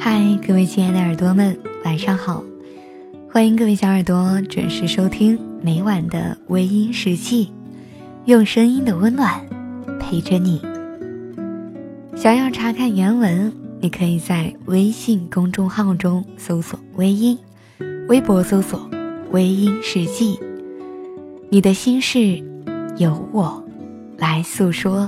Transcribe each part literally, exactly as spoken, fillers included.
嗨，各位亲爱的耳朵们，晚上好！欢迎各位小耳朵准时收听每晚的微音时记，用声音的温暖陪着你。想要查看原文，你可以在微信公众号中搜索微音，微博搜索微音时记。你的心事由我来诉说。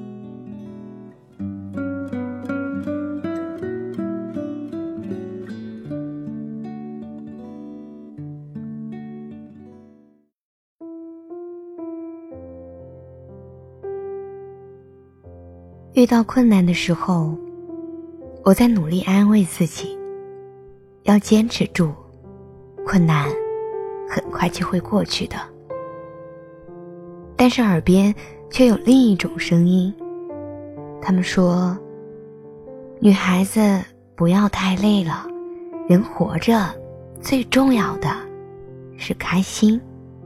遇到困难的时候，我在努力安慰自己，要坚持住，困难很快就会过去的。但是耳边却有另一种声音，他们说，女孩子不要太累了，人活着最重要的是开心。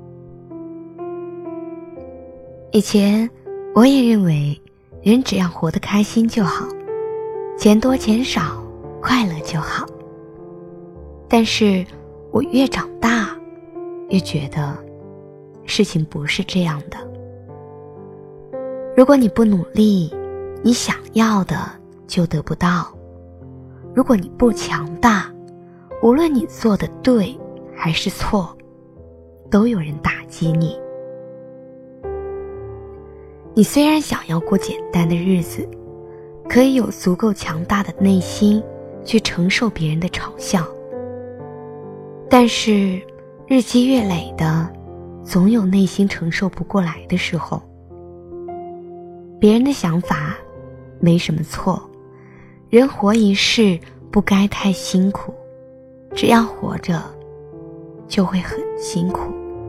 以前我也认为人只要活得开心就好，钱多钱少，快乐就好。但是我越长大，越觉得事情不是这样的。如果你不努力，你想要的就得不到。如果你不强大，无论你做的对还是错，都有人打击你。你虽然想要过简单的日子，可以有足够强大的内心去承受别人的嘲笑，但是日积月累的，总有内心承受不过来的时候。别人的想法没什么错，人活一世不该太辛苦，只要活着就会很辛苦。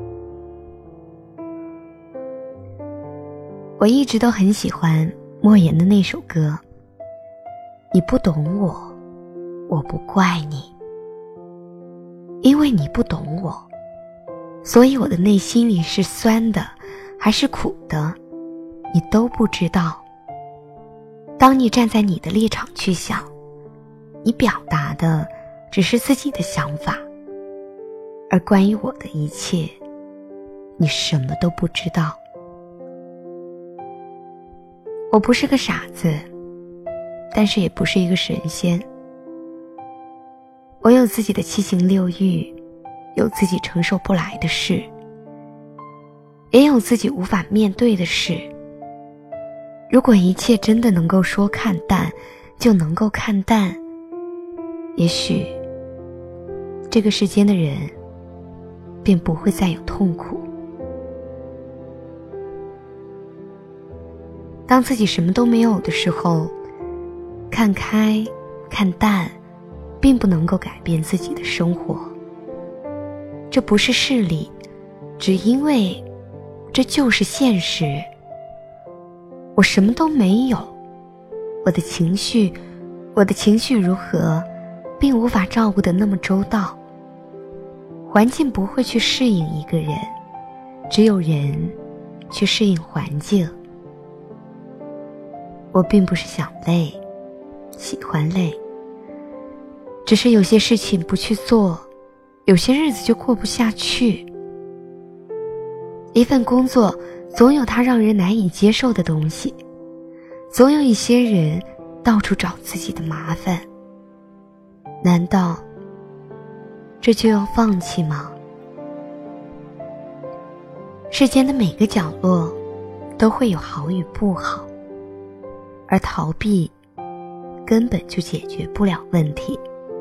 我一直都很喜欢莫言的那首歌，你不懂我，我不怪你。因为你不懂我，所以我的内心里是酸的还是苦的，你都不知道。当你站在你的立场去想，你表达的只是自己的想法，而关于我的一切，你什么都不知道。我不是个傻子，但是也不是一个神仙。我有自己的七情六欲，有自己承受不来的事，也有自己无法面对的事。如果一切真的能够说看淡，就能够看淡，也许这个世间的人便不会再有痛苦。当自己什么都没有的时候，看开看淡并不能够改变自己的生活。这不是势利，只因为这就是现实。我什么都没有，我的情绪我的情绪如何并无法照顾得那么周到。环境不会去适应一个人，只有人去适应环境。我并不是想累，喜欢累，只是有些事情不去做，有些日子就过不下去。一份工作总有它让人难以接受的东西，总有一些人到处找自己的麻烦。难道这就要放弃吗？世间的每个角落都会有好与不好，而逃避根本就解决不了问题。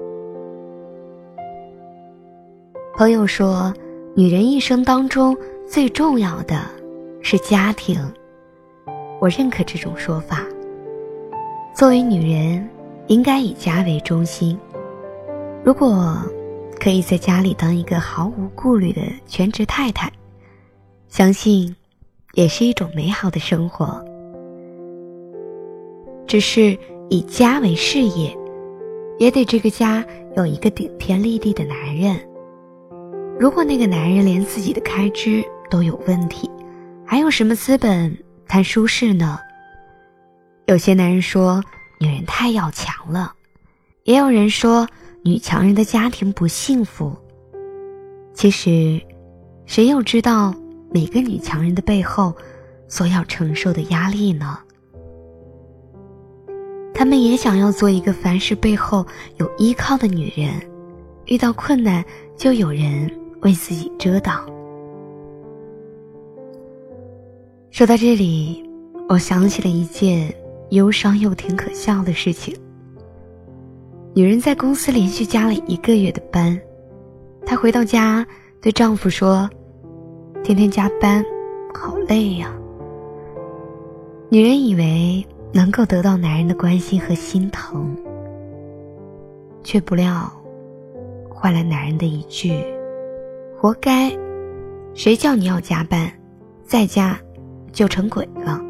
朋友说，女人一生当中最重要的是家庭，我认可这种说法。作为女人，应该以家为中心。如果可以在家里当一个毫无顾虑的全职太太，相信也是一种美好的生活。只是以家为事业，也得这个家有一个顶天立地的男人。如果那个男人连自己的开支都有问题，还有什么资本谈舒适呢？有些男人说女人太要强了， 也有人说女强人的家庭不幸福。其实谁又知道每个女强人的背后所要承受的压力呢？她们也想要做一个凡事背后有依靠的女人，遇到困难就有人为自己遮挡。说到这里，我想起了一件忧伤又挺可笑的事情。女人在公司连续加了一个月的班，她回到家对丈夫说，天天加班好累呀。女人以为能够得到男人的关心和心疼，却不料换来男人的一句，活该，谁叫你要加班，在家就成鬼了。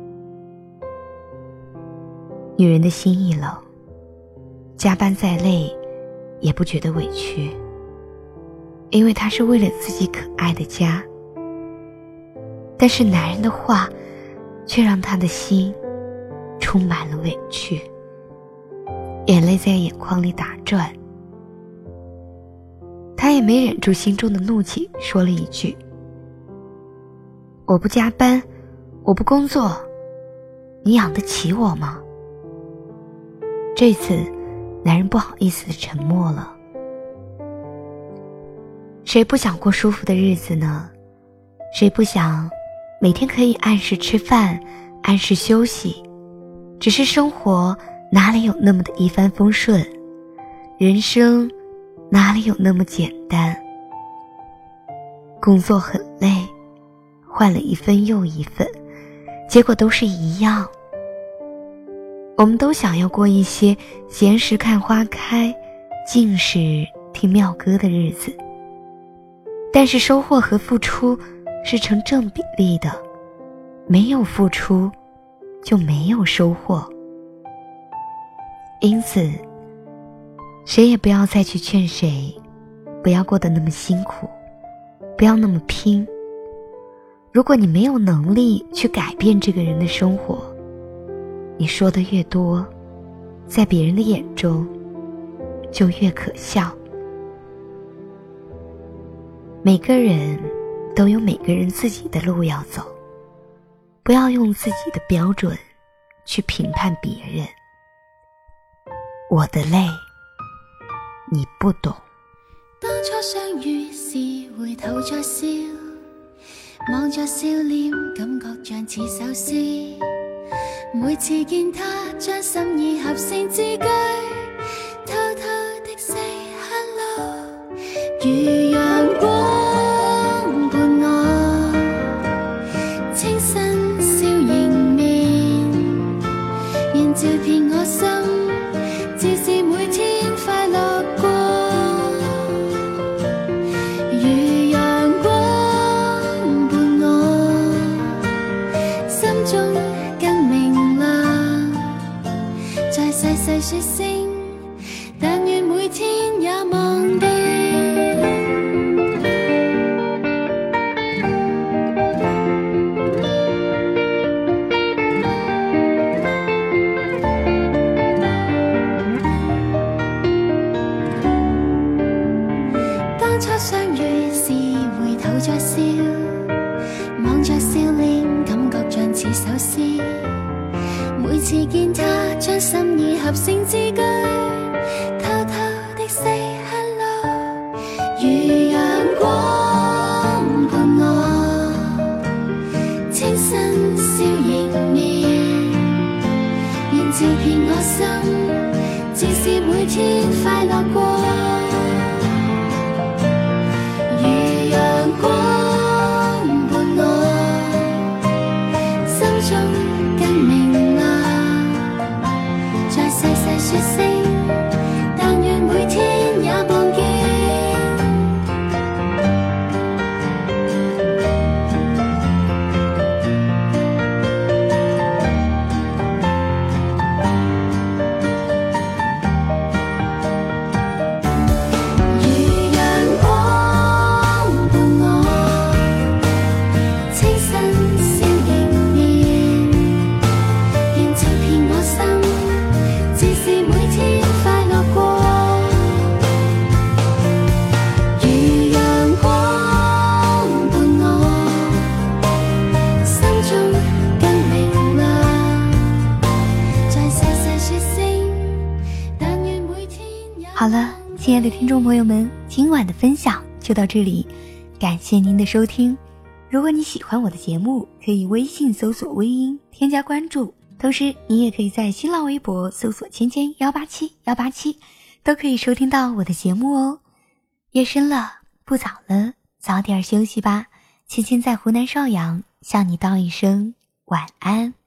女人的心一冷，加班再累也不觉得委屈，因为她是为了自己可爱的家。但是男人的话却让她的心充满了委屈，眼泪在眼眶里打转。她也没忍住心中的怒气，说了一句，我不加班，我不工作，你养得起我吗？这次男人不好意思地沉默了。谁不想过舒服的日子呢？谁不想每天可以按时吃饭，按时休息？只是生活哪里有那么的一帆风顺，人生哪里有那么简单？工作很累，换了一份又一份，结果都是一样。我们都想要过一些闲时看花开，静时听庙歌的日子，但是收获和付出是成正比例的，没有付出就没有收获。因此谁也不要再去劝谁不要过得那么辛苦，不要那么拼。如果你没有能力去改变这个人的生活，你说的越多，在别人的眼中就越可笑。每个人都有每个人自己的路要走，不要用自己的标准去评判别人。我的累你不懂。 當初相遇時回頭再笑，望着笑臉感覺像似首詩，每次見他將心意合成字句，偷偷的 say hello， 如陽光伴我清新笑迎面，現照遍我心，自是每天快樂過。如陽光伴我，心中更明亮。再細細說聲，但願每天也忘掉。當初相遇時回頭再笑，望着笑臉感覺像似首詩，每次見他將心意合成字句，偷偷的 say hello， 如陽光伴我清新笑迎面，現照遍我心，自是每天快樂過。說聲，但願每天也忘記。如陽光伴我，清新笑迎面，現照遍我心。自是每天亲爱的听众朋友们，今晚的分享就到这里，感谢您的收听。如果你喜欢我的节目，可以微信搜索微音添加关注，同时你也可以在新浪微博搜索芊芊一八七一八七，都可以收听到我的节目哦。夜深了，不早了，早点休息吧。芊芊在湖南邵阳向你道一声晚安。